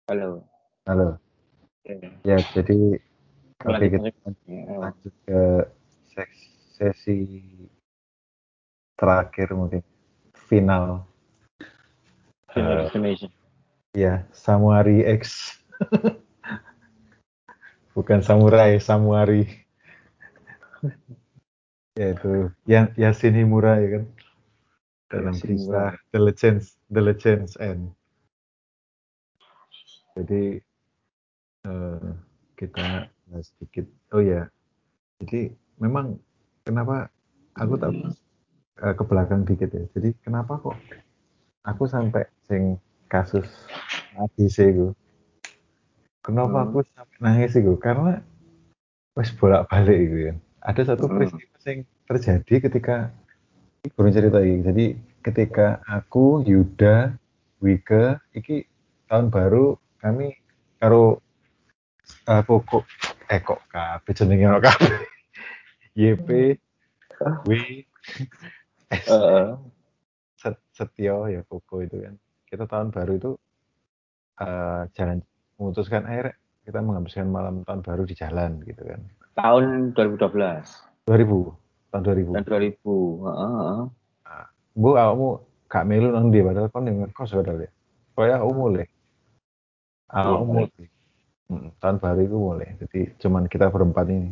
Halo. Halo. Oke. Ya, jadi oke kita Melanjutkan. Oh, lanjut ke sesi terakhir mungkin final. Final Eh, destination. ya, Samurai X, bukan samurai, Samurai, yaitu yang Yasin Himura ya kan dalam Yasin kisah Mura. The Legends End. Jadi eh, kita bahas sedikit. Oh ya, jadi memang kenapa aku tak ke belakang dikit ya. Jadi kenapa kok aku sampai sing kasus ABC itu. Kenapa Hmm. aku sampai nangis itu? Karena wes bolak-balik gitu kan. Ada satu Hmm. peristiwa yang terjadi ketika kurang cerita ini. Jadi ketika aku, Yuda, Wike, iki tahun baru kami karo Koko kok kabeh jenenge kok kabeh. YP, W, S, Uh, Setio ya Koko itu kan. Kita tahun baru itu jalan memutuskan akhirnya kita menghabiskan malam tahun baru di jalan gitu kan. tahun 2012 tahun 2000. dan 2000. Nah, bu awakmu gak melu nang ndi padahal kon yang ngekos padahal ya. Kaya aku mulai. Iya, Aku mulai. mulai. Tahun baru itu mulai. Jadi cuman kita berempat ini.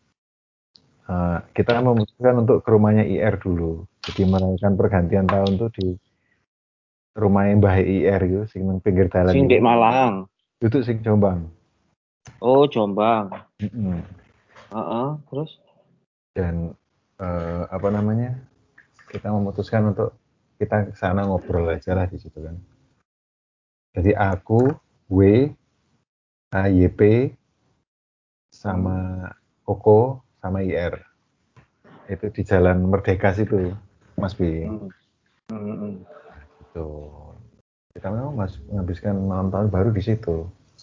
Kita memutuskan untuk ke rumahnya IR dulu. Jadi merayakan pergantian tahun tuh di rumahnya Mbah IR gitu, sing nang pinggir jalan Sing itu. Dek Malang. Itu sing Jombang. Oh, Jombang. Mm-mm. Terus? Dan apa namanya? Kita memutuskan untuk kita ke sana ngobrol aja lah di situ kan. Jadi aku, W, YP, sama Koko, sama IR. Itu di Jalan Merdeka situ, Mas B. Hmm. Hmm. Itu kita memang menghabiskan malam tahun baru di situ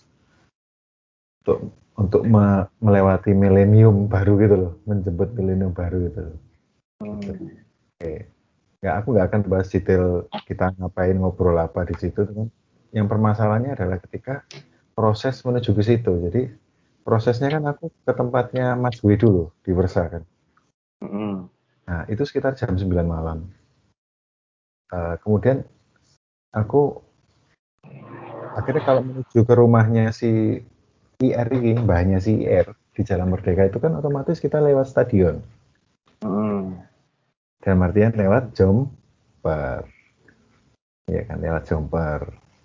untuk melewati milenium baru gitu loh, menjemput milenium baru gitu loh. Gitu. Hmm. Oke. Ya, aku nggak akan bahas detail kita ngapain ngobrol apa di situ, kan. Yang permasalahannya adalah ketika proses menuju ke situ. Jadi prosesnya kan aku ke tempatnya Mas W dulu di Versa kan. Hmm. Nah, itu sekitar jam 9 malam. Kemudian aku akhirnya kalau menuju ke rumahnya si IR ini, mbahnya si IR di Jalan Merdeka itu kan otomatis kita lewat stadion. Hmm. Dan artian lewat Jomper. Ya kan, lewat Jomper.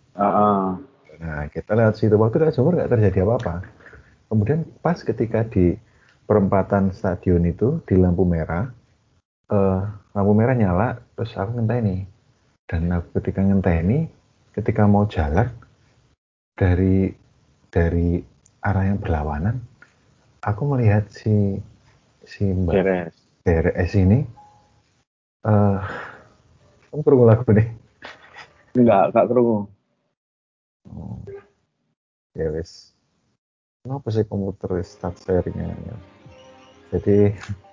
Nah, kita lewat situ. Waktu lewat Jomper nggak terjadi apa-apa. Kemudian pas ketika di perempatan stadion itu, di lampu merah, eh, lampu merah nyala, terus aku ngenteni. Dan aku ketika ngenteni, ketika mau jalan, dari arah yang berlawanan, aku melihat si Mbak Beres. DRS ini, eh kamu perlu lagu nih. Enggak kerungu. Oh, ya wes. Kenapa sih komputer start sharingnya? Jadi,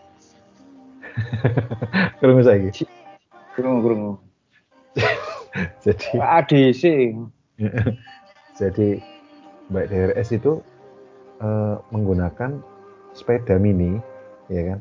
kerungu lagi. Kerungu. Jadi, ADC. jadi Mbak DRS itu menggunakan sepeda mini, ya kan,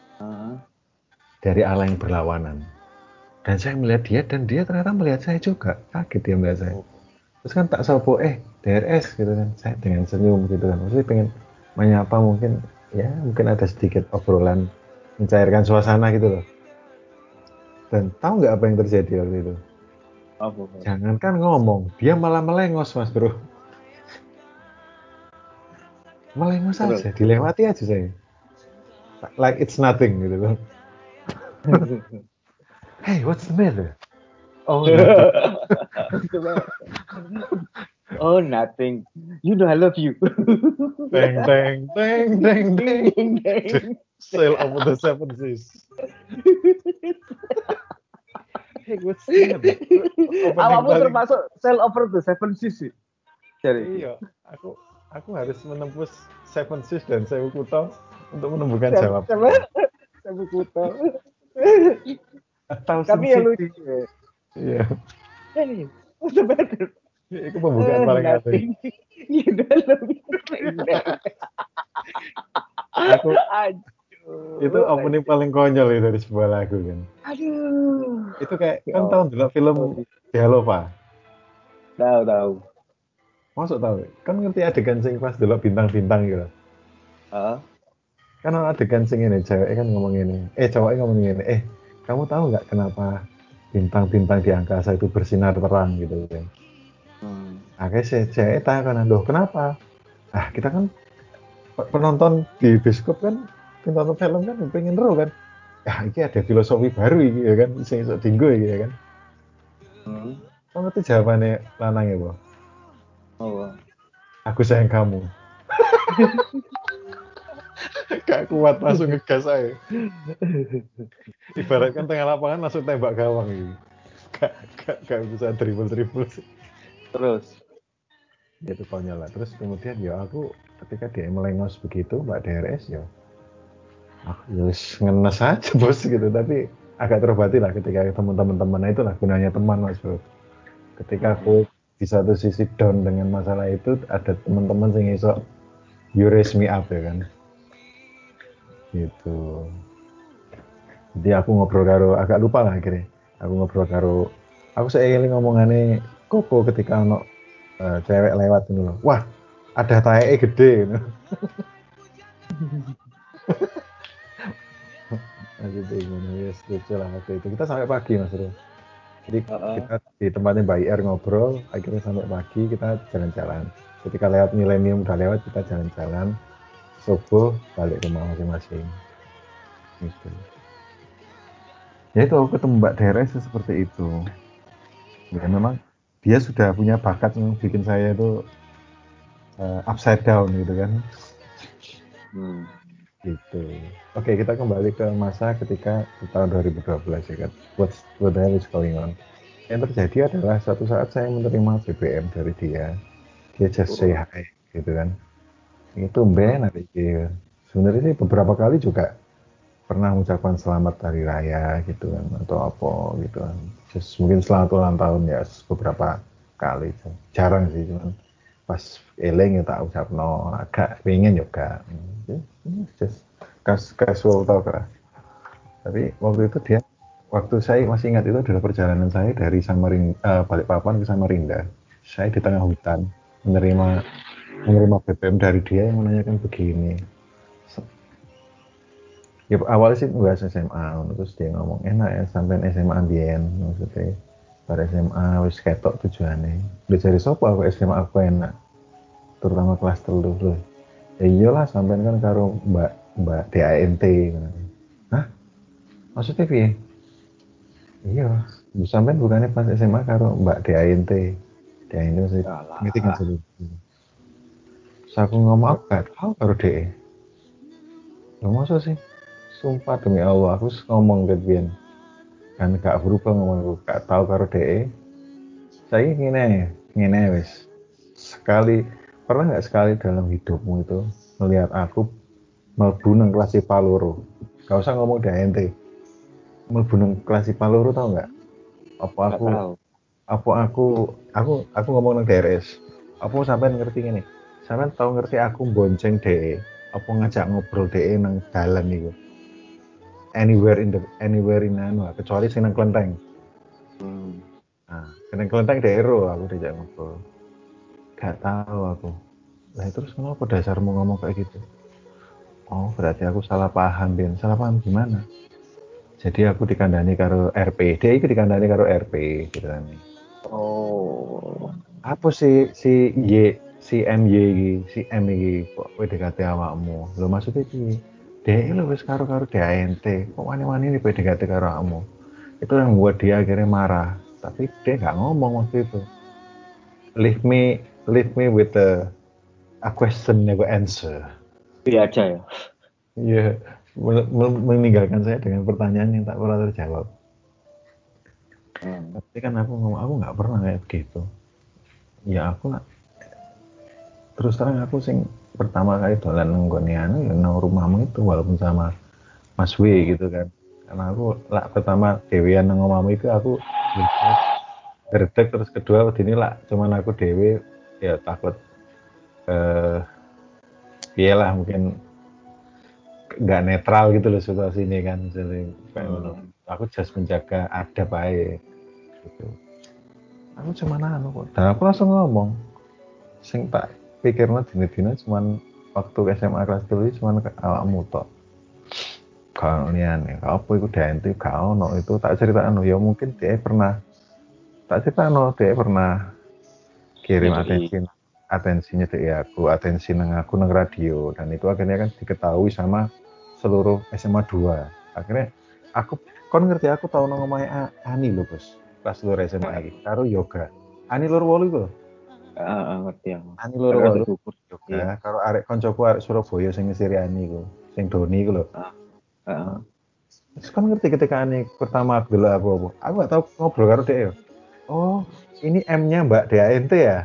dari arah yang berlawanan. Dan saya melihat dia dan dia ternyata melihat saya juga. Kaget dia melihat saya. Oh. Terus kan tak sapa, DRS gitu kan. Saya dengan senyum gitu kan. Maksudnya pengen menyapa, mungkin ya mungkin ada sedikit obrolan mencairkan suasana gitu loh. Dan tahu nggak apa yang terjadi waktu itu? Apa? Jangankan ngomong, dia malah melengos mas bro. Melengos Terus. aja, dilewati aja saya. Like it's nothing gitu loh. Hey, what's the matter? Oh, nothing. Oh, nothing. You know I love you. Teng, teng, teng, teng, Ding, teng. ding, ding. Sail over the seven seas. Hey, what's the matter? Opening Awakmu paling. termasuk Sail Over the Seven Seas sih. Jadi, Iya, aku harus menembus Seven Seas dan Sewu Kuto untuk menemukan sama jawabannya. sama Kuto. A Thousand Tapi ya City. lucu. Ya. Iya. Hey, what's the matter? Itu pembukaan paling apik. Nothing. You don't love me right now. Aku itu Aduh, opening paling konyol ya dari sebuah lagu kan. aduh. Itu kayak Ya kan Allah. tahun dulu film Dialova. Tahu tahu. Masuk tahu. Kan ngerti adegan sing pas dulu bintang-bintang gitu. Ah, Kan ada adegan sing ini cewek kan ngomong ini. Cowoknya ngomong ini. Kamu tahu nggak kenapa bintang-bintang di angkasa itu bersinar terang gitu kan. Akhirnya si cewek tanya kan, "Loh, kenapa?" Ah, kita kan penonton di bioskop kan, penonton film kan pengen ro kan. Ya, ini ada filosofi baru ini ya kan, sing iso dinggo iki ya kan. Kamu ngerti jawabannya lanang ya, Bo? oh. Aku sayang kamu. Gak kuat langsung ngegas aja. Ibaratkan tengah lapangan langsung tembak gawang gitu. Gak bisa dribble sih. Terus. Itu konyol lah. Terus kemudian ya aku ketika dia melengos begitu Mbak DRS ya aku ya ngenes aja bos gitu, tapi agak terobati lah ketika teman-teman itulah gunanya teman mas bro. Ketika aku di satu sisi down dengan masalah itu ada teman-teman yang iso you raise me up ya kan gitu. Jadi aku ngobrol karo agak lupa lah akhirnya aku ngobrol karo aku seiring ngomongannya Koko ketika ono cewek lewat itu loh, wah ada tae gede gitu. Masih bingung ya, lucu lah waktu itu kita sampai pagi mas bro. Jadi kita di tempatnya Mbak IR ngobrol, akhirnya sampai pagi kita jalan-jalan. Ketika lewat milenium udah lewat, kita jalan-jalan, subuh balik ke rumah masing-masing. Gitu. Ya itu aku ketemu Mbak DRS seperti itu. Ya memang dia sudah punya bakat yang bikin saya itu upside down gitu kan. Gitu. Oke, kita kembali ke masa ketika di tahun 2012 ya kan. What the hell is going on? Yang terjadi adalah suatu saat saya menerima BBM dari dia. Dia just say hi gitu kan. Itu ben hari ini. Sebenarnya sih beberapa kali juga pernah mengucapkan selamat hari raya gitu kan atau apa gitu kan. Just mungkin selamat ulang tahun ya beberapa kali. Jarang sih cuman pas eling ya tak ucapno, agak pengen juga. Just casual talk lah. Tapi waktu itu dia waktu saya masih ingat itu adalah perjalanan saya dari Balikpapan ke Samarinda. Saya di tengah hutan menerima BBM dari dia yang menanyakan begini. Ya awalnya sih bahas SMA, terus dia ngomong enak ya sampai SMA ambien maksudnya. Pada SMA wis ketok tujuannya. Udah cari sopo aku SMA aku enak, terutama kelas telu loh. Ya iyalah sampai kan karo Mbak Mbak DANT. Hah? Maksudnya piye? Iya, sampai bukannya pas SMA karo Mbak DANT. DANT sih ngerti kan sih. Terus aku ngomong aku gak tahu karo DE. Lo masa sih? Sumpah demi Allah aku ngomong ke Bian. Kan gak berubah ngomong aku gak tahu karo DE. Saya ngene wis. Sekali pernah nggak sekali dalam hidupmu itu melihat aku mlebu nang kelas IPA loro. Gak usah ngomong DANT. Mlebu nang kelas IPA loro tau nggak? Apa Nggak aku tahu. aku ngomong nang DRS. Apa sampean ngerti ngene? Sampean tau ngerti aku bonceng DE? Apa ngajak ngobrol DE nang dalan iku? Anywhere in anu kecuali sing nang kelenteng. Nah, nang kelenteng daerah aku diajak ngobrol. Gak tahu aku. Lah terus kenapa dasarmu ngomong kayak gitu? Oh, berarti aku salah paham, Ben. Salah paham gimana? Jadi aku dikandani karo RP. Dia itu dikandani karo RP gitu kan. Oh. Apa si MY iki, si M iki kok PDKT awakmu? Lho maksudnya piye? Dia lho wis karo DANT. Kok wani-wani ini PDKT karo awakmu? Itu yang buat dia akhirnya marah. Tapi dia nggak ngomong waktu itu. Leave me with a question never answer. Iya aja ya. Iya, meninggalkan saya dengan pertanyaan yang tak pernah terjawab. Tapi kan aku ngomong aku nggak pernah kayak begitu. Ya aku nggak. Terus terang aku sing pertama kali dolan nenggone anu ya nang rumahmu itu walaupun sama Mas W gitu kan. Karena aku lah pertama dewean nang omahmu itu aku Dredeg terus kedua wedine lah cuman aku dhewe ya takut piye lah mungkin nggak netral gitu loh situasi ini kan jadi kayak ngono. Aku just menjaga adab ae gitu. Aku cuma anu kok. Dan aku langsung ngomong sing tak pikirnya dina-dina cuman waktu SMA kelas 3 cuman awakmu tok. Kalau liyane, apa iku DNT gak ono itu tak ceritakno ya mungkin dia pernah tak ceritakno dia pernah kirim atensinya dia atensi nang aku nang radio dan itu akhirnya kan diketahui sama seluruh SMA 2 akhirnya aku kon ngerti aku tau nang omahe Ani lho bos pas lur SMA iki karo yoga Ani lur 8 iku lho ngerti aku. Ani lur Karena 8 bersyukur. yoga Iya. karo arek koncoku arek Surabaya sing ngesiri Ani iku sing Doni iku lho terus kan ngerti ketika Ani pertama dulu aku gak tau ngobrol karo dia ya oh ini M-nya Mbak DANT ya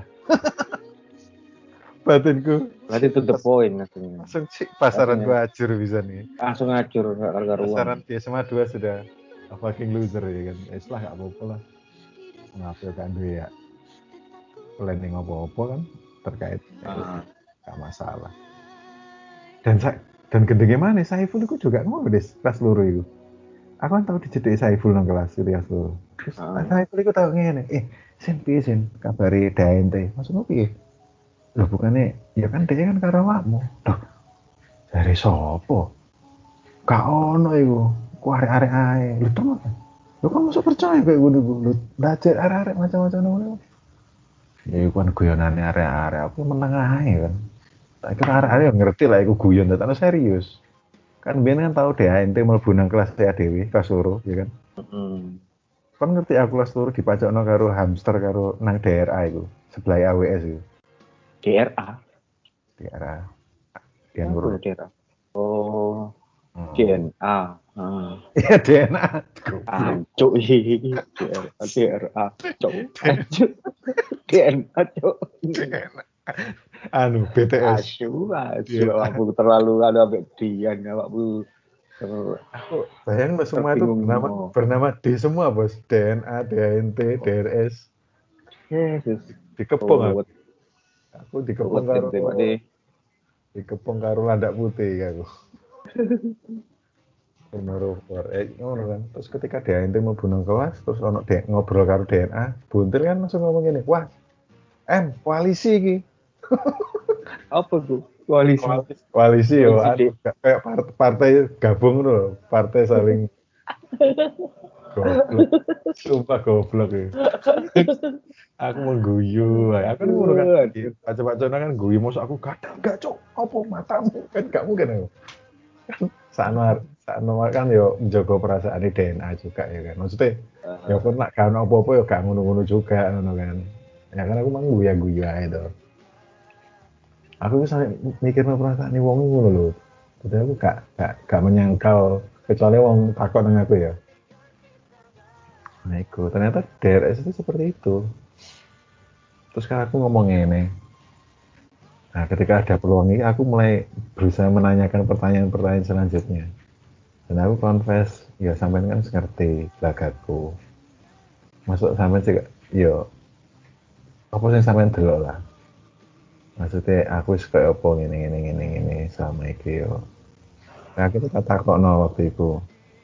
batinku Berarti to the point langsung. langsung cik pasaran gua ajur bisa nih Langsung ngacur gak karuan. pasaran di SMA 2 sudah a fucking loser ya kan lah gak apa-apa lah ngapil kan duwe ya planning apa-apa kan terkait gak masalah dan dan gendenge mana Saiful itu juga ngono deh kelas loro itu aku kan tau dijedeki Saiful nang kelas itu ya terus Saiful itu tau ngene Sin piye Sin kabari DNT maksudmu piye lho bukannya ya kan dia kan karo awakmu loh dari sopo gak ono iku ku arek-arek ae lho temen lho kan masuk percaya kayak ngono iku lho belajar arek-arek macam-macam ngono ya iku kan guyonane arek-arek aku meneng ae kan tak kira arek-arek yang ngerti lah iku guyon datang serius kan biyen kan tau deh ente mlebu nang kelas saya dewe kelas loro ya kan kan ngerti aku kelas loro dipacokno karo hamster karo nang DRA iku sebelah AWS iku DRA Dian apa ya Nur DRA DNA iya DNA Ancuk DRA cuk ancuk DNA cuk anu BTS asu aku terlalu ambek Dian awakmu aku bayang lo semua itu terbingung bernama D semua bos DNA DNT DRS Yesus dikepung aku dikepung karo tembak deh landak putih aku Rover ngono kan terus ketika DNT mau bunang kelas terus ono ngobrol karo DNA buntil kan langsung ngomong gini wah koalisi iki apa tuh koalisi koalisi yo D kayak partai gabung loh partai saling goblok sumpah goblok ya aku mengguyu aku kan ngono kan baca-baca kan guyu masuk aku gak cok apa matamu kan gak mungkin aku sakno kan yo menjaga perasaan di DNA juga ya kan maksudnya ya pun nak kan apa-apa ya gak ngono-ngono juga ngono kan ya kan aku mang guyu aja itu aku bisa mikirnya perasaan ini wong ngono lho jadi aku gak menyangkal kecuali wong takut dengan aku ya nah itu ternyata DRS itu seperti itu terus kan aku ngomong ini nah ketika ada peluang ini aku mulai berusaha menanyakan pertanyaan-pertanyaan selanjutnya dan aku confess ya sampean kan ngerti belagatku masuk sampean sih yo apa sih sampean delok lah maksudnya aku suka apa gini sama iki yo nah kita kok no waktu itu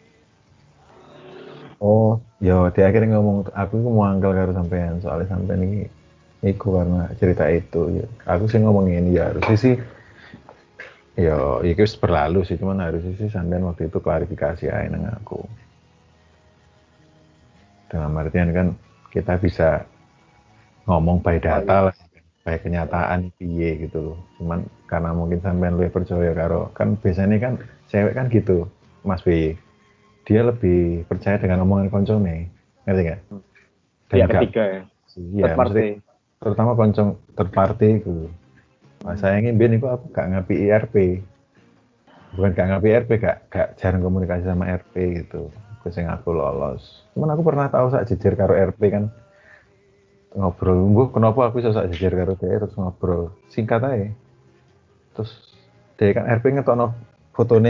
oh yo dia akhirnya ngomong aku mau angkel karo sampean soalnya sampean ini iku karena cerita itu ya. Aku sih ngomong ini ya harusnya sih ya itu berlalu sih cuman harusnya sih sampean waktu itu klarifikasi aja nang aku dalam artian kan kita bisa ngomong by data lah by kenyataan piye gitu loh cuman karena mungkin sampean lebih percaya karo kan biasanya kan cewek kan gitu Mas B dia lebih percaya dengan omongan koncone ngerti gak? Dan pihak enggak ketiga ya iya third maksudnya party terutama koncong third party gitu nah, sayangnya Ben itu aku gak ngapi IRP bukan gak ngapi RP gak jarang komunikasi sama RP gitu kucing aku lolos cuman aku pernah tahu saat jejer karo RP kan ngobrol kenapa aku bisa saat jejer karo dia terus ngobrol singkat aja terus dia kan RP ngetokno fotonya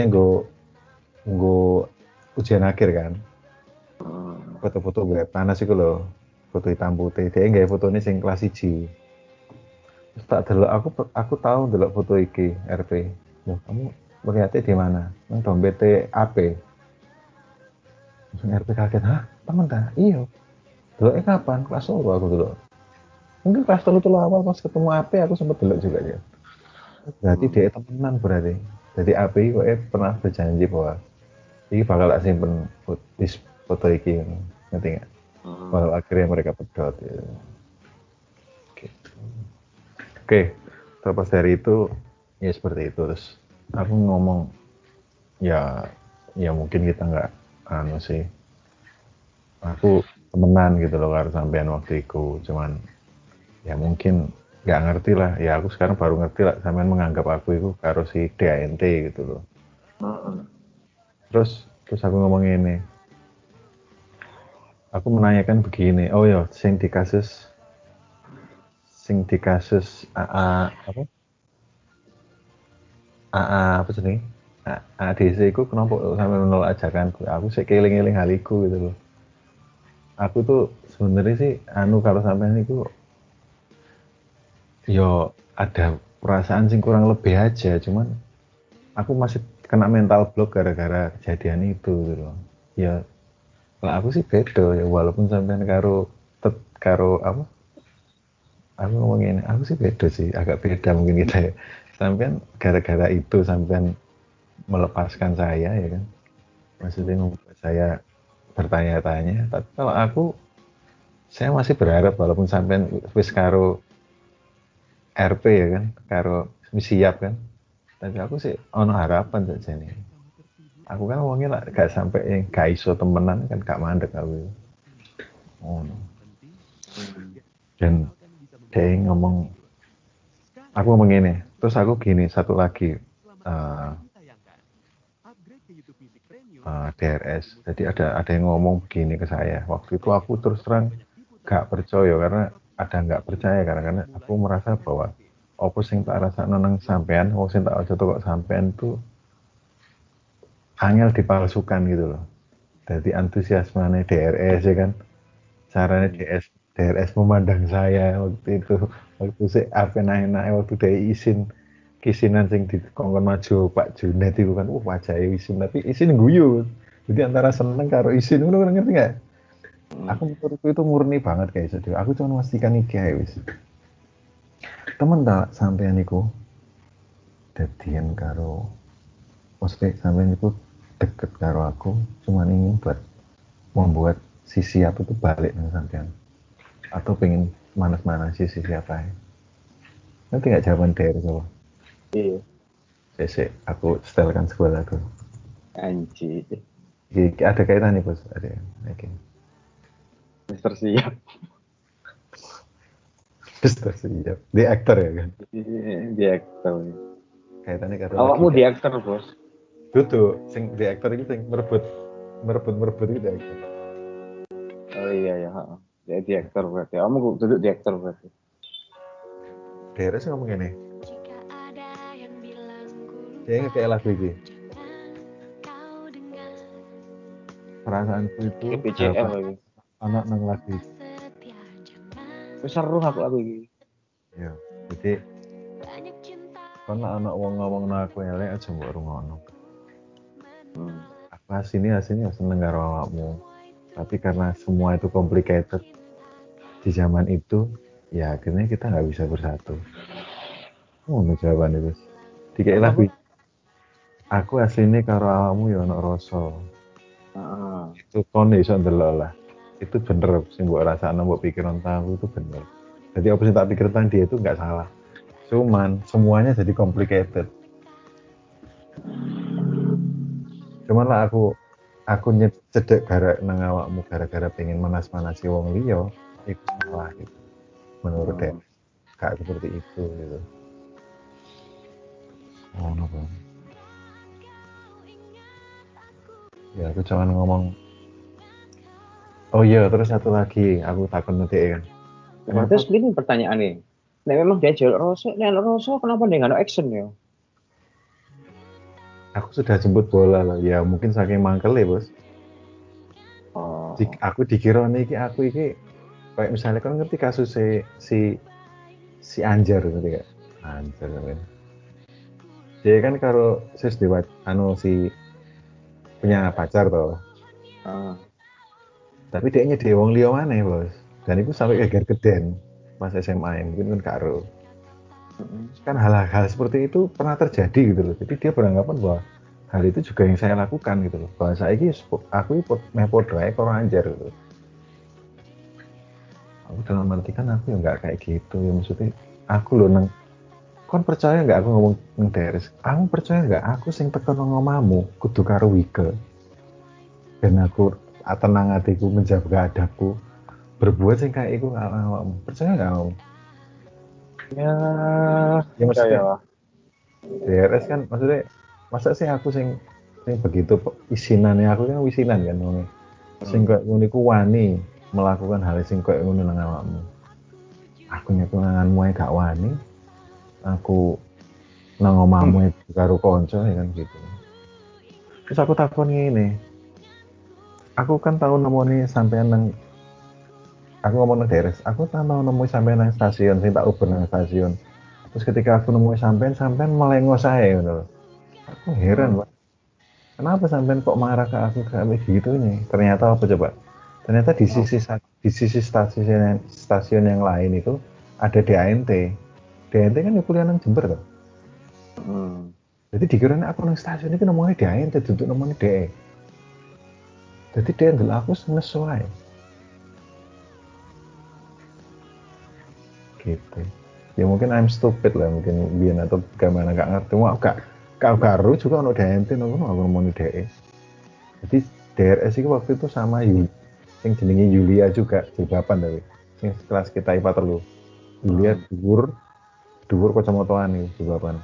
nggo ujian akhir kan foto-foto gue panas itu loh foto hitam putih. Dia nggak fotonya sing kelas 1. Terus tak delok aku tahu delok foto iki RP. Loh, kamu melihatnya di mana? Nang dompet AP. Langsung RP kaget, "Hah? Temen ta?" Iya. Deloknya kapan? Kelas 1 aku delok. Mungkin kelas 3 awal pas ketemu AP aku sempat delok juga ya. Berarti dia temenan berarti. Jadi AP kok pernah berjanji bahwa ini bakal tak simpen foto iki, ngerti nggak? Walau akhirnya mereka pedot ya. Gitu. Oke, terlepas dari itu ya seperti itu. Terus aku ngomong ya mungkin kita nggak sih, aku temenan gitu loh karo sampean waktu itu, cuman ya mungkin nggak ngerti lah ya, aku sekarang baru ngerti lah sampean menganggap aku itu karo si DANT gitu loh. Terus aku ngomong ini, aku menanyakan begini, oh ya sing di kasus AA apa sih nih? ADC ku kenapa sampai menolak ajakanku? Aku sih keling-eling haliku gitu loh. Aku tuh sebenarnya sih kalau sampean itu yo ada perasaan sing kurang lebih aja, cuman aku masih kena mental block gara-gara kejadian itu gitu loh. Ya kalau aku sih beda ya, walaupun sampean karo apa? Aku ngomongin aku sih beda sih, agak beda mungkin kita ya. Sampean gara-gara itu sampean melepaskan saya ya kan. Maksudnya membuat saya bertanya-tanya, tapi kalau aku saya masih berharap walaupun sampean wis karo RP ya kan, karo siap kan, tapi aku sih ono harapan saja nih. Aku kan ngomongnya lah gak sampai yang gak iso temenan kan, gak mandek aku. Oh, no. Dan dia ngomong, aku ngomong gini, terus aku gini satu lagi, DRS. Jadi ada yang ngomong begini ke saya. Waktu itu aku terus terang gak percaya karena nggak percaya karena aku merasa bahwa apa sing tak rasa nang sampean, apa sing tak aja kok sampean tuh angel dipalsukan gitu loh. Jadi antusiasmenya DRS ya kan, caranya DRS memandang saya waktu sih apa naik waktu dia izin kisinan sing dikongkon maju Pak Junet itu kan, wajahnya izin tapi izin guyu. Jadi antara seneng karo izin, lu ngerti nggak? Aku menurutku itu murni banget kayak gitu. Aku cuma memastikan iki ae wis. Temen tak sampean iku dadian karo, maksudnya sampean iku deket karo aku cuma ingin buat membuat si siap itu balik dengan sampean atau pengen manas-manasi si siapa ya. Nanti nggak jawaban dari coba. Iya. Cc, aku setelkan sebuah lagu. Anjir. Ada kaitannya bos, ada ya. Oke. Mister Siap. Mister Siap. Dia aktor ya kan? Dia aktor. Kaitannya kata lagi Awakmu kan? dia aktor, Bos. Duduk, sing di aktor itu sing merebut itu aktor. Oh iya ya, dia aktor berarti. Kamu duduk di aktor berarti. Daerah sih ngomong gini. Dia ingat kayak lagu ini. Perasaanku itu BCM lagi. anak nang lagu. Seru aku lagu ini. Ya, jadi karena anak wong ngomong aku elek aja mbok rungono. Aku aslinya seneng karo awakmu. Tapi karena semua itu complicated di zaman itu, ya akhirnya kita nggak bisa bersatu. Oh, jawaban itu. Dikei lagu. Aku aslinya karo awakmu ya ono rasa. Itu kon iso ndelok lah. Itu bener sing mbok rasakno, mbok pikir tahu itu bener. Jadi apa sih tak pikir tentang dia itu nggak salah. Cuman semuanya jadi complicated. Cuman lah aku cedek gara nang awakmu gara-gara pengen manas-manasi wong liya, itu salah gitu. Menurut dia gak seperti itu gitu. Oh, no. Ya aku cuman ngomong, oh iya terus satu lagi aku takut nanti kan. Nah, terus ini pertanyaan nih. Nah, memang dia jual rosok, kenapa dia nggak ada action ya? Aku sudah jemput bola lah, ya mungkin saking mangkel ya bos. Oh. Aku dikira nih aku iki kayak misalnya kan ngerti kasus si Anjar gitu kayak Anjar kan. Dia kan kalau sis dewa si punya pacar toh. Tapi dia nya dia wong liya maneh, Bos. Dan itu sampai geger geden pas SMA mungkin kan karo. Kan hal-hal seperti itu pernah terjadi gitu loh. Jadi dia beranggapan bahwa hal itu juga yang saya lakukan gitu loh. Bahwa saya ini aku meh podo ae karo Anjar gitu. Aku dalam arti kan aku ya nggak kayak gitu ya, maksudnya aku loh neng kon percaya nggak aku ngomong neng Teres, aku percaya nggak aku sing tekan nang omamu kudu karo Wike dan aku tenang hatiku menjaga adabku berbuat sing kayak iku awakmu percaya nggak kamu ya maksudnya lah. DRS kan maksudnya masa sih aku sing begitu isinannya aku kan wisinan kan ngomongnya sing kayak ngono iku wani melakukan hal sing kayak ngono nang awakmu aku nyetunanganmu ae gak wani aku nang omahmu karo konco ya kan gitu. Terus aku takon ngene. Aku kan tahu nemoni sampean nang aku ngomong nang Deres, aku tahu nemoni sampean nang stasiun sing tak uber nang stasiun. Terus ketika aku nemoni sampean melengos saya ngono. Aku heran, Pak. Kenapa sampean kok marah ke aku kayak gitu nih? Ternyata apa coba? Ternyata di sisi stasiun yang lain itu ada DANT. DANT kan kuliah nang Jember tuh. Jadi dikiranya aku nang stasiun itu ngomongnya DANT, duduk ngomongnya DE. Jadi dia ndelok aku nesu ae. Gitu. Ya mungkin I'm stupid lah mungkin biar atau gimana gak ngerti. Wah gak karo juga ono DNT aku ngomongin DE. Jadi DRS itu waktu itu sama Yuli. Yang jenenge Yulia juga jilbaban tapi. Yang kelas kita IPA telu. Yulia dhuwur kacamataan nih jilbaban.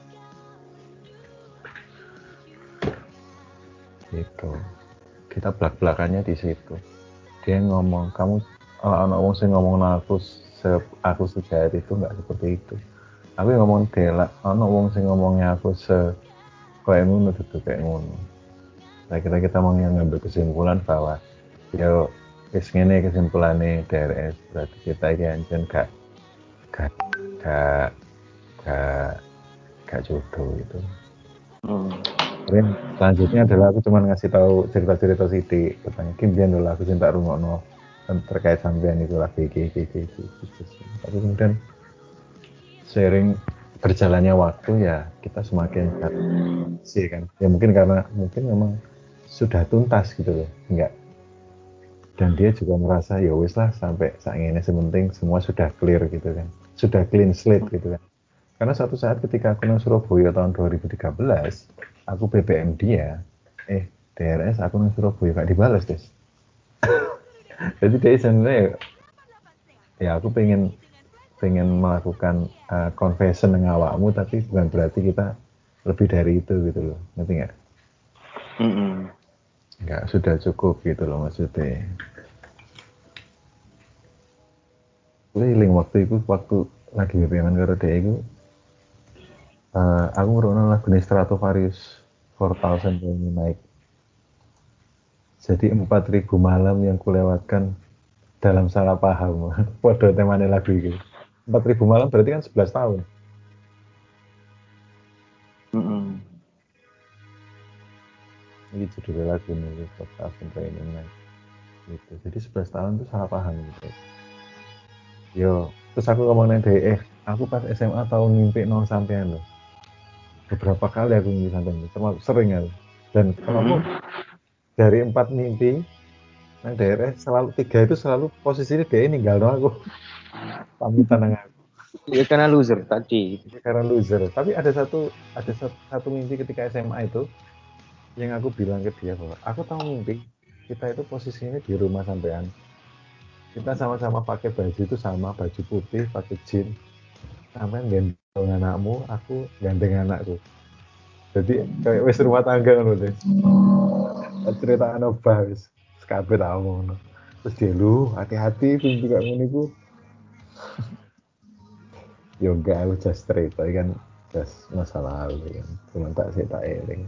Gitu. Kita belak-belakannya di situ. Dia ngomong kamu anak wong sing ngomong aku sejahat itu nggak seperti itu. Aku ngomong delak anak wong sing ngomongnya aku kayak ngono gitu kayak ngono. Nah kita mau yang ngambil kesimpulan bahwa ya wis ngene kesimpulannya DRS berarti kita iki anjen gak gak gak gak gak jodoh gitu. Kemudian selanjutnya adalah aku cuma ngasih tahu cerita-cerita Siti. Katanya Kim biar dulu aku cinta rungokno terkait sampean itu lah gitu. Tapi kemudian sering berjalannya waktu ya kita semakin sih kan. Ya mungkin memang sudah tuntas gitu loh. Enggak. Dan dia juga merasa ya wis lah sampai saat ini sementing semua sudah clear gitu kan. Sudah clean slate gitu kan. Karena suatu saat ketika aku nang Surabaya tahun 2013, aku BBM dia, DRS aku nang Surabaya gak dibalas des. Jadi dia sebenarnya ya aku pengen melakukan confession dengan awakmu tapi bukan berarti kita lebih dari itu gitu loh, ngerti nggak? Nggak sudah cukup gitu loh maksudnya. Keliling waktu lagi BBM karo dia itu, aku ngerungokno lagu Stratovarius 4000 ini naik. Jadi 4000 malam yang kulewatkan dalam salah paham. Podo temane lagu ini. 4000 malam berarti kan 11 tahun. Ini judul lagu ini 4000 Training Night. Gitu. Jadi 11 tahun itu salah paham gitu. Yo, terus aku ngomong nanti, aku pas SMA tahu ngimpi nol sampean loh. Beberapa kali aku ngimpi sampean, termasuk sering aku. Dan kenapa dari 4 mimpi, nang daerah selalu 3 itu selalu posisinya dia ninggal no aku. Pamitan nang aku. Ya karena loser tadi. Karena loser. Tapi ada satu mimpi ketika SMA itu yang aku bilang ke dia bahwa aku tahu mimpi kita itu posisinya di rumah sampean. Kita sama-sama pakai baju itu sama, baju putih, pakai jeans. Sampean gendong anakmu, aku gandeng anakku. Jadi kayak wis rumah tangga ngono deh. Cerita anak bahas, kabeh tak omongno. Terus dia lu hati-hati mimpi kayak ngono iku. Yo enggak aku just straight kan just masa lalu kan. Cuma tak eling.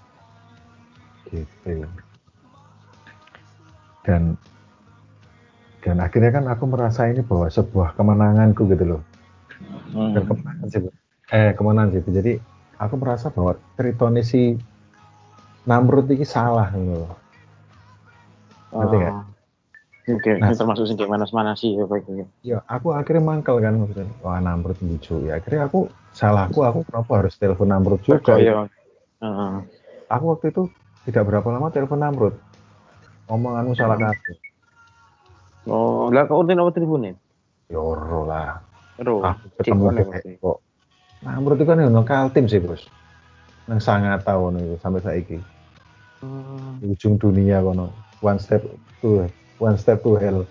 Gitu. Dan Dan akhirnya kan aku merasa ini bahwa sebuah kemenanganku gitu loh. Dan kemenangan sih. Jadi aku merasa bahwa ceritanya si Namrud ini salah gitu loh. Ngerti nggak? Oke, ini termasuk sing mana sih ya baik ya. Ya, aku akhirnya mangkel kan maksudnya. Wah, Namrud lucu ya. Akhirnya aku kenapa harus telepon Namrud juga gitu. Aku waktu itu tidak berapa lama telepon Namrud. Omonganmu salah kabeh. Oh, lah kok udah tribune? Yoro lah. Ro, Aku ketemu kok. Namrud itu kan yang lokal tim sih, Bos. Nang 9 tahun itu sampai saiki. Di ujung dunia kono. One step to hell. One step to hell.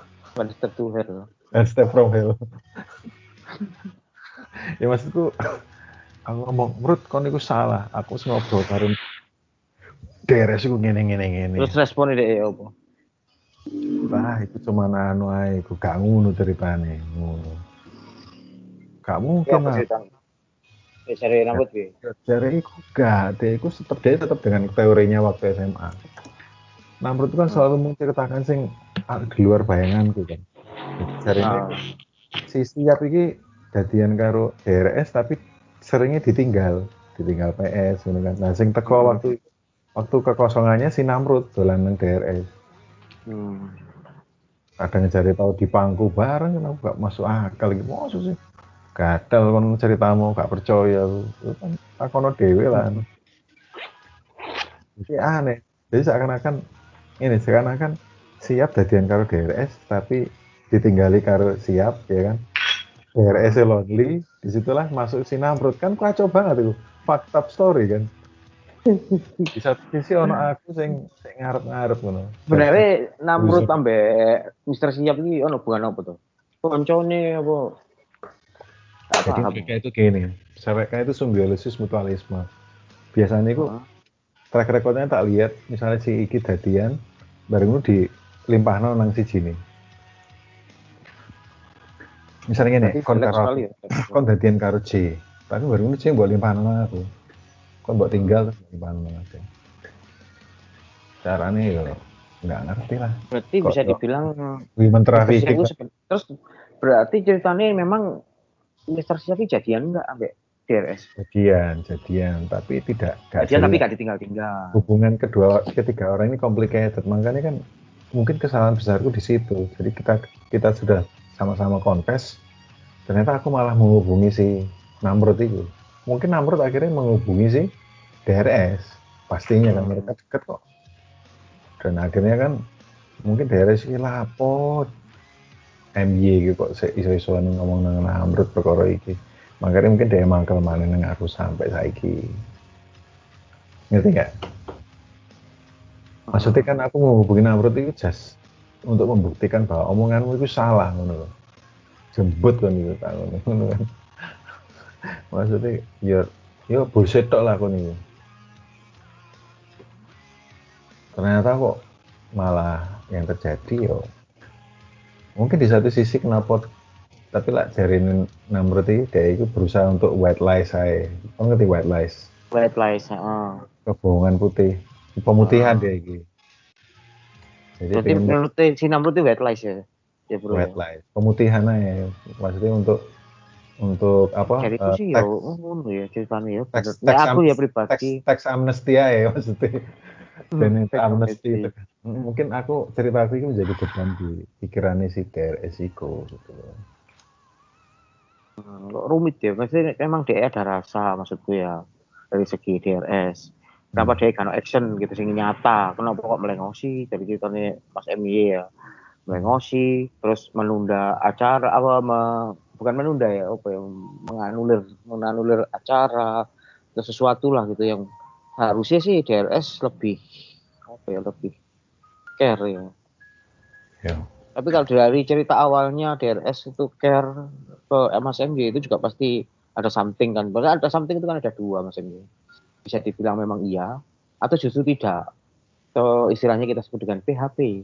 One step from hell. Ya maksudku aku ngomong, "Mrut kon iku salah. Aku wis ngobrol karo deres iku ngene. Terus responnya dia apa? Lah itu cuma anu ae, iku gak ngono ceritane. Ngono. Gak mungkin lah. Cari rambut ya. Dari iku gak, dia tetap dengan teorinya waktu SMA. Namrud itu kan selalu menceritakan sing di luar bayanganku kan. Jadi ini si Siap iki jadian karo DRS tapi seringnya ditinggal PS gitu kan. Nah sing teko waktu kekosongannya si Namrud dolan nang DRS. Kadang cari tahu di pangku bareng kenapa gak masuk akal gitu. Maksud sih gatel kon ceritamu gak percaya kan takono dhewe lah. Jadi aneh. Jadi seakan-akan Siap jadian karo DRS tapi ditinggali karo Siap ya kan. DRS lonely, disitulah masuk si Namrud kan kacau banget itu. Fucked up story kan. Di satu sisi ono aku sing ngarep-ngarep ngono. Sebenarnya Namrud ambek Mister Siap iki ono hubungan apa tuh? Koncone apa? Jadi mereka itu gini, mereka itu simbiosis mutualisme. Biasanya itu track recordnya tak lihat, misalnya si Iki dadian, bareng itu dilimpahno nang si Jini. Misalnya gini, kon dadian karo C, tapi bareng itu C buat limpahno aku. Kon buat tinggal terus limpahno aku. Caranya ya nggak ngerti lah. Berarti bisa dibilang women trafficking. Terus berarti ceritanya memang Mister Siap jadian nggak ambek DRS? Jadian, tapi tidak jadian tapi nggak ditinggal-tinggal. Hubungan ketiga orang ini complicated, makanya kan mungkin kesalahan besarku di situ. Jadi kita sudah sama-sama confess, ternyata aku malah menghubungi si Namrud itu. Mungkin Namrud akhirnya menghubungi si DRS, pastinya kan mereka deket kok. Dan akhirnya kan mungkin DRS ini lapor MY gitu kok iso-iso ngomong nang Namrud perkara iki. Makanya mungkin dia mangkel mana nang aku sampai saiki. Ngerti nggak? Maksudnya kan aku mau hubungi Namrud itu just untuk membuktikan bahwa omonganmu itu salah ngono loh. Jembut kan itu ngono kan. Maksudnya ya bullshit tok lah kon itu. Ternyata kok malah yang terjadi yo. Mungkin di satu sisi kenapa tapi lah jarinin Namrud itu dia itu berusaha untuk white lies saya. Kamu ngerti white lies? White lies, kebohongan putih, pemutihan dia ini. Jadi berarti menurut si Namrud itu white lies ya? Ya bro. White lies, pemutihan aja. Maksudnya untuk apa? Jadi itu sih ya, ya ceritanya ya. Aku ya pribadi. Tax amnesty ya maksudnya. Dan itu amnesty itu. Mungkin cerita aku ini menjadi beban di pikirannya si DRS itu gitu. Rumit ya, maksudnya memang dia ada rasa maksudku ya dari segi DRS. Kenapa dia kan action gitu sing nyata? Kenapa kok melengosi dari ceritanya Mas MY ya? Melengosi, terus menunda acara bukan menunda ya, apa ya, menganulir acara atau sesuatu lah gitu yang harusnya sih DRS lebih care ya. Tapi kalau dari cerita awalnya DRS itu care ke Mas MY itu juga pasti ada something kan. Bahkan ada something itu kan ada dua Mas MY. Bisa dibilang memang iya atau justru tidak. Atau istilahnya kita sebut dengan PHP.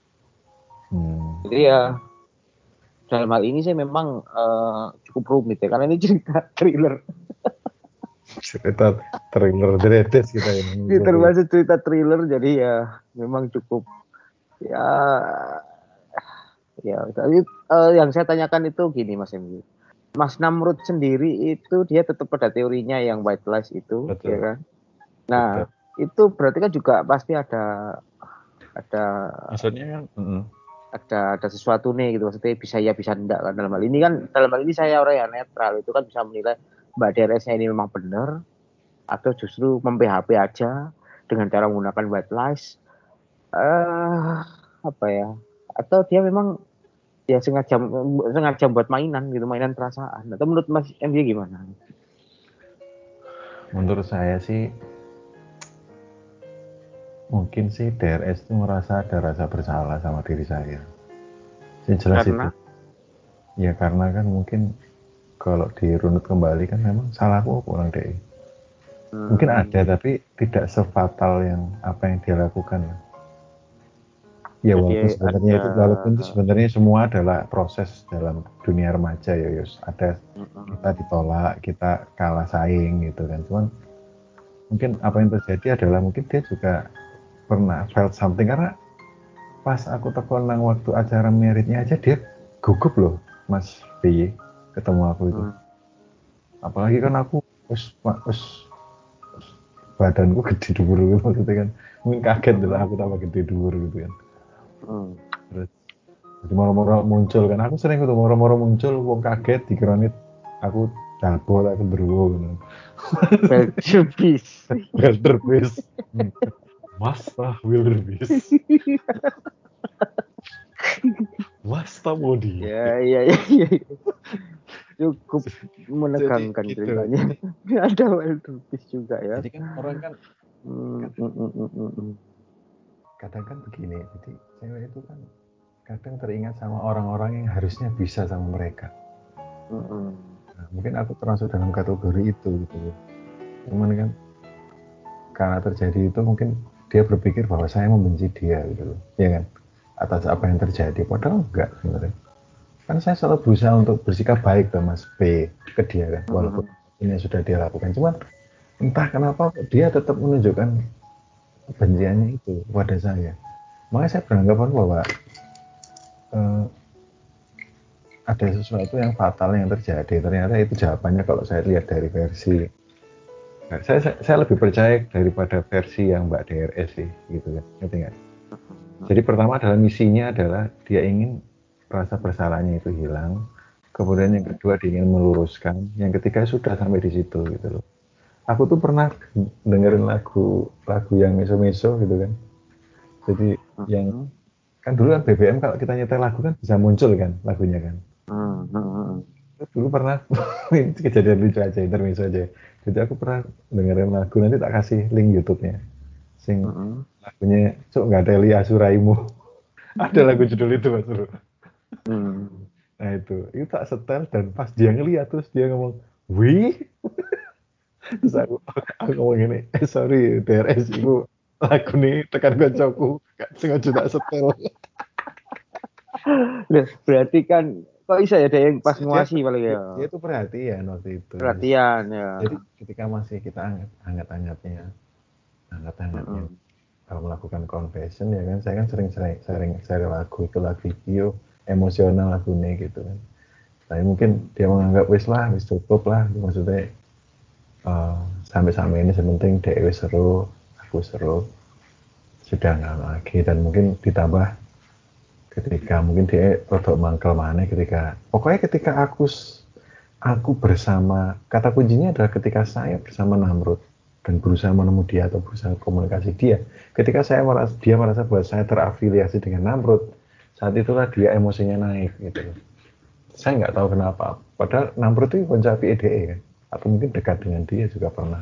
Jadi ya dalam hal ini sih memang cukup rumit ya karena ini cerita thriller. Cerita thriller dreades kita ini. Termasuk cerita thriller jadi ya memang cukup ya Ya, tapi yang saya tanyakan itu gini Mas MG. Mas Namrud sendiri itu dia tetap pada teorinya yang white lies itu, Betul. ya kan? Nah, betul. Itu berarti kan juga pasti ada maksudnya kan ada sesuatu nih gitu, maksudnya bisa ya bisa enggak kan dalam hal ini saya orang yang netral, itu kan bisa menilai Mbak DRS-nya ini memang benar atau justru mem-PHP aja dengan cara menggunakan white lies, apa ya, atau dia memang ya sengaja buat mainan gitu, mainan perasaan. Atau menurut Mas MJ gimana? Menurut saya sih mungkin sih DRS itu merasa ada rasa bersalah sama diri saya. Jelas karena? Itu ya karena kan mungkin kalau dirunut kembali kan memang salahku kurang deh. Mungkin ada tapi tidak sefatal yang apa yang dia lakukan. Ya walaupun itu sebenarnya semua adalah proses dalam dunia remaja ya Yus. Ada kita ditolak, kita kalah saing gitu kan. Cuman mungkin apa yang terjadi adalah mungkin dia juga pernah felt something, karena pas aku telepon nang waktu acara meritnya aja dia gugup loh Mas B ketemu aku itu. Apalagi kan aku badanku gede dhuwur gitu, maksudnya kan mungkin kaget lah aku tambah gede dhuwur gitu kan. Terus jadi moro-moro muncul kan, aku sering tuh moro-moro muncul wong kaget dikira aku dalbol aku berwo gitu. Wildebeest. Masta Wildebeest. Masta Modi. Ya. Cukup menegangkan gitu. Ceritanya. Ada Wildebeest juga ya. Jadi kan orang kan kadang kan begini, jadi cewek itu kan kadang teringat sama orang-orang yang harusnya bisa sama mereka. Nah, mungkin aku termasuk dalam kategori itu gitu. Cuman kan karena terjadi itu mungkin dia berpikir bahwa saya membenci dia gitu loh, ya kan, atas apa yang terjadi, padahal enggak sebenarnya. Kan saya selalu berusaha untuk bersikap baik ke Mas B, ke dia kan, walaupun ini sudah dia lakukan. Cuman entah kenapa dia tetap menunjukkan kebenciannya itu kepada saya. Makanya saya beranggapan bahwa ada sesuatu yang fatal yang terjadi. Ternyata itu jawabannya kalau saya lihat dari versi. Nah, saya lebih percaya daripada versi yang Mbak DRS sih, gitu kan. Ngerti nggak? Jadi pertama adalah misinya adalah dia ingin rasa bersalahnya itu hilang. Kemudian yang kedua dia ingin meluruskan. Yang ketiga sudah sampai di situ gitu loh. Aku tuh pernah dengerin lagu yang meso-meso gitu kan. Jadi yang kan dulu kan BBM kalau kita nyetel lagu kan bisa muncul kan lagunya kan. Dulu pernah ini kejadian lucu aja, intermezzo aja. Jadi aku pernah dengerin lagu, nanti tak kasih link YouTube-nya. Sing lagunya Cuk nggak ada Lia Suraimu. Ada lagu judul itu Mas Bro. Nah itu tak setel dan pas dia ngeliat terus dia ngomong, wih. Terus aku ngomong gini, sorry DRS itu lagu nih tekan koncoku, gak sengaja tak setel. Loh, berarti kan kok bisa ya ada yang pas nguasi paling ya. Dia itu perhatian waktu itu. Perhatian ya. Jadi ketika masih kita hangat-hangatnya melakukan confession ya kan, saya kan sering share lagu itu, lagu video emosional lagunya gitu kan. Tapi mungkin dia menganggap wis cukup lah, maksudnya sampai ini sementing dia seru, aku seru, sudah nggak lagi. Dan mungkin ditambah ketika mungkin dia rodok mangkel mana ketika aku bersama, kata kuncinya adalah ketika saya bersama Namrud dan berusaha menemui dia atau berusaha komunikasi dia. Ketika dia merasa bahwa saya terafiliasi dengan Namrud, saat itulah dia emosinya naik gitu. Saya nggak tahu kenapa. Padahal Namrud itu koncapi EDE kan, atau mungkin dekat dengan dia juga pernah.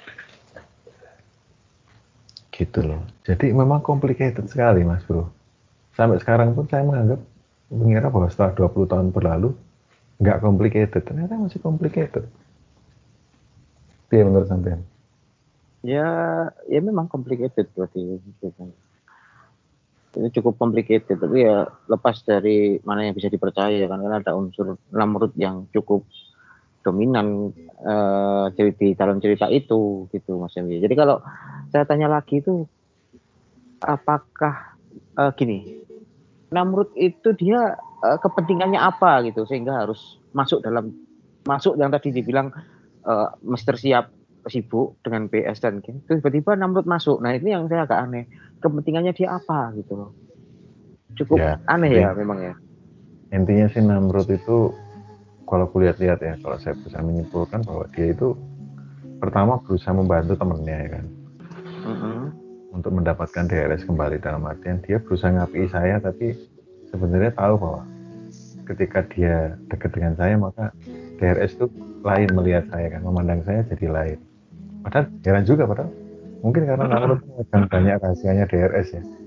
Gitu loh. Jadi memang complicated sekali Mas Bro. Sampai sekarang pun saya mengira bahwa setelah 20 tahun berlalu nggak complicated, ternyata masih complicated. Iya menurut sampean? Ya memang complicated berarti. Ini cukup complicated, tapi ya lepas dari mana yang bisa dipercaya kan, karena ada unsur Namrud yang cukup dominan di dalam cerita itu gitu Mas Emil. Jadi kalau saya tanya lagi itu apakah gini, Namrud itu dia kepentingannya apa gitu sehingga harus masuk yang tadi dibilang Mister Siap sibuk dengan PS dan game, tiba-tiba Namrud masuk. Nah ini yang saya agak aneh, kepentingannya dia apa gitu loh, cukup ya, aneh ya memang ya. Intinya sih Namrud itu kalau kulihat-lihat ya, kalau saya bisa menyimpulkan bahwa dia itu pertama berusaha membantu temennya ya kan, untuk mendapatkan DRS kembali, dalam artian dia berusaha ngapi saya, tapi sebenarnya tahu bahwa ketika dia dekat dengan saya maka DRS itu lain melihat saya kan, memandang saya jadi lain. Padahal heran juga, padahal mungkin karena Namrud memegang banyak rahasianya DRS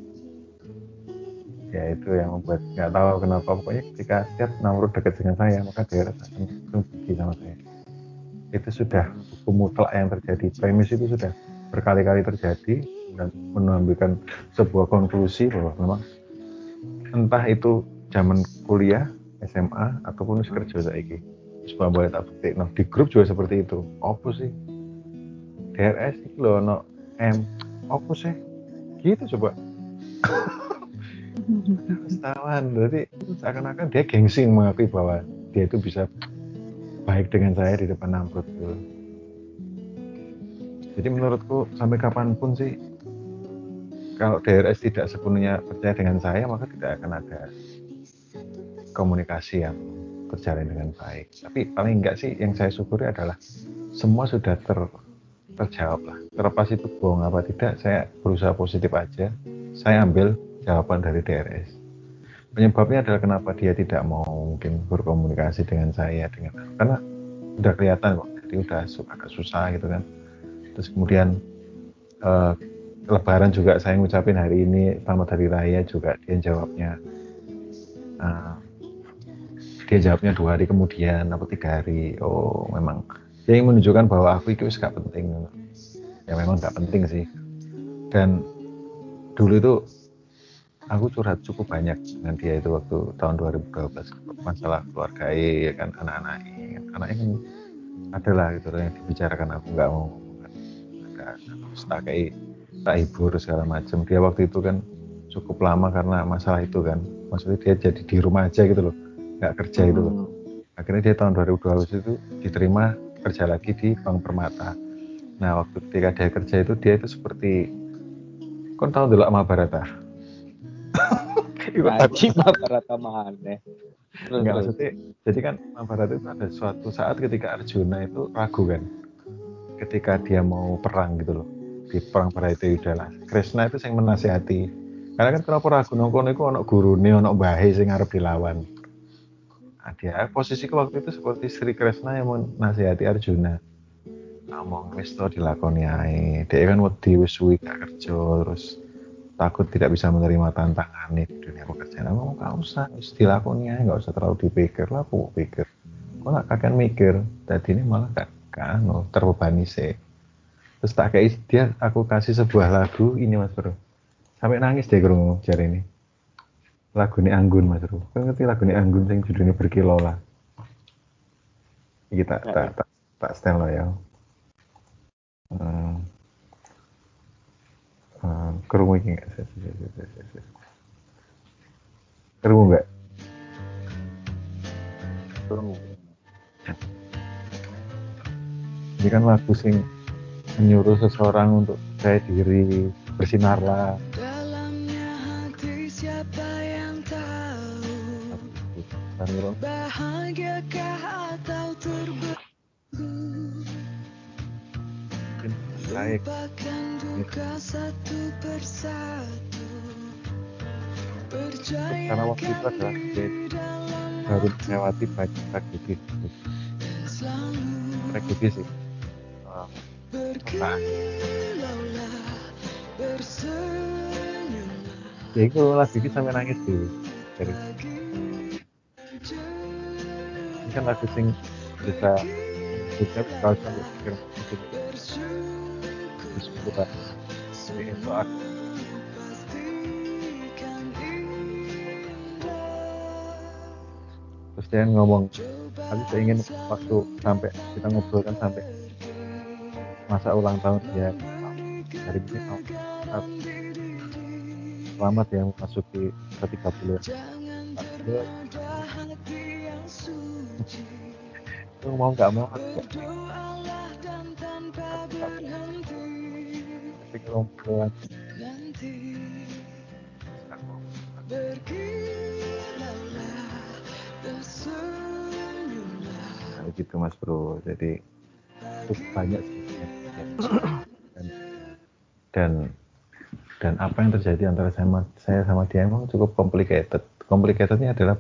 ya itu yang membuat nggak tahu kenapa, pokoknya ketika setiap Namrud dekat dengan saya maka DRS akan benci sama saya. Itu sudah hukum mutlak yang terjadi, premis itu sudah berkali-kali terjadi dan mengambilkan sebuah konklusi bahwa memang entah itu zaman kuliah, SMA ataupun kerja saiki. Sebab boleh tak bukti, nah di grup juga seperti itu. Apa sih? DRS itu loh, no M. Apa sih? Gitu coba. Tawan, berarti seakan-akan dia gengsi mengakui bahwa dia itu bisa baik dengan saya di depan Namrud. Jadi menurutku sampai kapanpun sih, kalau DRS tidak sepenuhnya percaya dengan saya, maka tidak akan ada komunikasi yang berjalan dengan baik. Tapi paling enggak sih yang saya syukuri adalah semua sudah terjawab lah. Terlepas itu bohong apa tidak, saya berusaha positif aja. Saya ambil jawaban dari DRS. Penyebabnya adalah kenapa dia tidak mau mungkin berkomunikasi dengan saya, karena udah kelihatan kok, jadi udah agak susah gitu kan. Terus kemudian Lebaran juga saya ngucapin hari ini selamat hari raya juga, dia jawabnya 2 hari kemudian atau 3 hari. Oh memang dia ingin menunjukkan bahwa aku itu gak penting. Ya memang gak penting sih. Dan dulu itu aku curhat cukup banyak dengan dia itu waktu tahun 2012 masalah keluarga ya kan, anaknya kan adalah gitu yang dibicarakan, aku nggak mau ada tak hibur segala macam. Dia waktu itu kan cukup lama karena masalah itu kan, maksudnya dia jadi di rumah aja gitu loh, nggak kerja itu loh. Akhirnya dia tahun 2012 itu diterima kerja lagi di Bank Permata. Nah waktu ketika dia kerja itu dia itu seperti, kon tahu dulu Mahabharata? Ngaji Mahabharata mana? Enggak, maksudnya jadi kan Mahabharata itu ada suatu saat ketika Arjuna itu ragu kan, ketika dia mau perang gitu loh, di perang Bharatayuda. Krishna itu yang menasihati, karena kan kenapa ragu, nongkono itu ono gurune, ono bahe sing arep dilawan. Nah, dia posisiku waktu itu seperti Sri Krishna yang menasihati Arjuna. Ngomong wis to dilakoni ae. Dia kan wedi wis suwi gak kerja, terus takut tidak bisa menerima tantangan di dunia pekerjaan. Ngomong gak usah, wis dilakoni ae, gak usah terlalu dipikir lah, aku pikir. Kok gak kakek mikir, tadi ini malah gak terbebani sih. Terus tak kayak dia, aku kasih sebuah lagu ini Mas Bro. Sampai nangis deh kerungu jari ini. Lagu ini Anggun Mas Bro. Kan ngerti lagu ini Anggun yang judulnya Berkilau lah. Iki tak setel lo ya. Kerungu ini enggak? Kerungu enggak? Kerungu. Ini kan lagu sing menyuruh seseorang untuk percaya diri, bersinarlah. Dalamnya hati siapa yang tahu, bahagiakah atau terbelenggu, lupakan duka satu persatu, percaya karena waktu itu adalah dia baru melewati banyak tragedi sih. Ya itu lagu ini sampai nangis sih. Ini kan lagu sing bisa kalau sampai pikir musik bersyukur itu aku. Terus dia ngomong, aku ingin waktu sampai kita ngobrol kan sampai masa ulang tahun dia hari ini Selamat ya memasuki ke-30. Lu mau nggak mau harus tapi kalau pelan nah, gitu Mas Bro. Jadi cukup banyak sih dan dan dan apa yang terjadi antara saya sama dia emang cukup complicated. Complicatednya adalah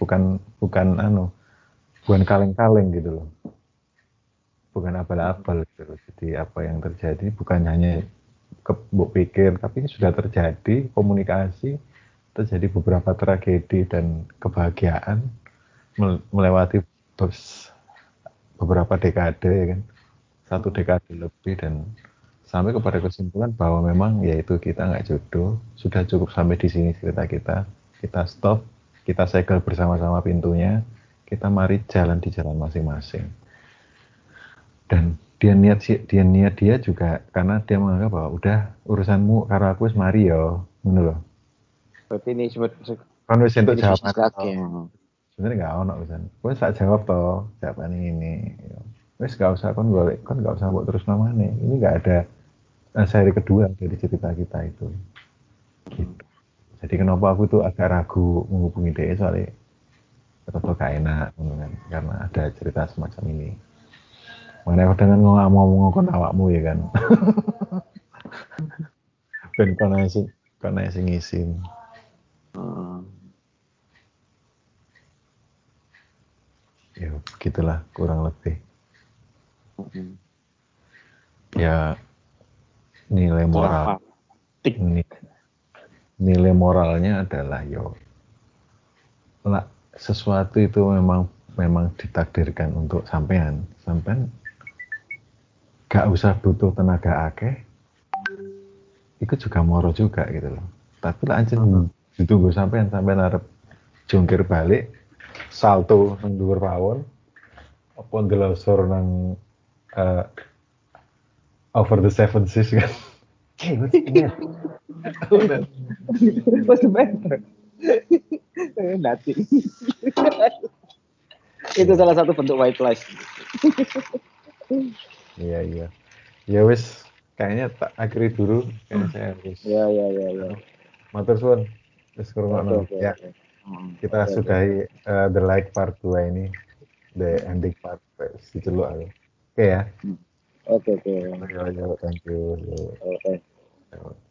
bukan kaleng-kaleng gitu loh, bukan abal-abal gitu loh. Jadi apa yang terjadi bukan hanya kebuk pikir, tapi ini sudah terjadi komunikasi, terjadi beberapa tragedi dan kebahagiaan melewati beberapa dekade ya kan, satu dekade lebih, dan sampai kepada kesimpulan bahwa memang yaitu kita nggak jodoh, sudah cukup sampai di sini cerita kita stop, kita segel bersama-sama pintunya, kita mari jalan di jalan masing-masing. Dan dia juga karena dia menganggap bahwa udah urusanmu karo aku wis mari yo ngono lho. Berarti ini Kan wis entuk jawaban jawaban. sebenarnya nggak ono pisan. Wis tak jawab toh jawaban ini. Wis nggak usah kon golek, kon nggak usah buat terus namanya. Ini nggak ada seri kedua dari cerita kita itu. Gitu. Jadi kenapa aku tuh agak ragu menghubungi dia soalnya tetap gak enak kan, karena ada cerita semacam ini. Mana aku dengan ngomong kon awakmu ya kan. Ben kon sing ngisin. Ya begitulah kurang lebih. Ya nilai moral. Nilai moralnya adalah sesuatu itu memang ditakdirkan untuk sampean gak usah butuh tenaga akeh, itu juga moro juga gitu loh. Tapi lah anjir ditunggu sampean arep jungkir balik, salto nang dhuwur pawon, apa ndelosor nang uh, over the seven seas kan. Hey, what's that? What's the matter? Nothing. Itu salah satu bentuk white lies. Iya. Ya wis, kayaknya tak akhiri dulu. Kayaknya saya harus. Ya. Matur suwun. Wis kurang Oke. ya. Kita sudahi the like part 2 ini. The ending part. Diceluk aku. Oke ya. Oke. Yo, thank you. Oke. Yo.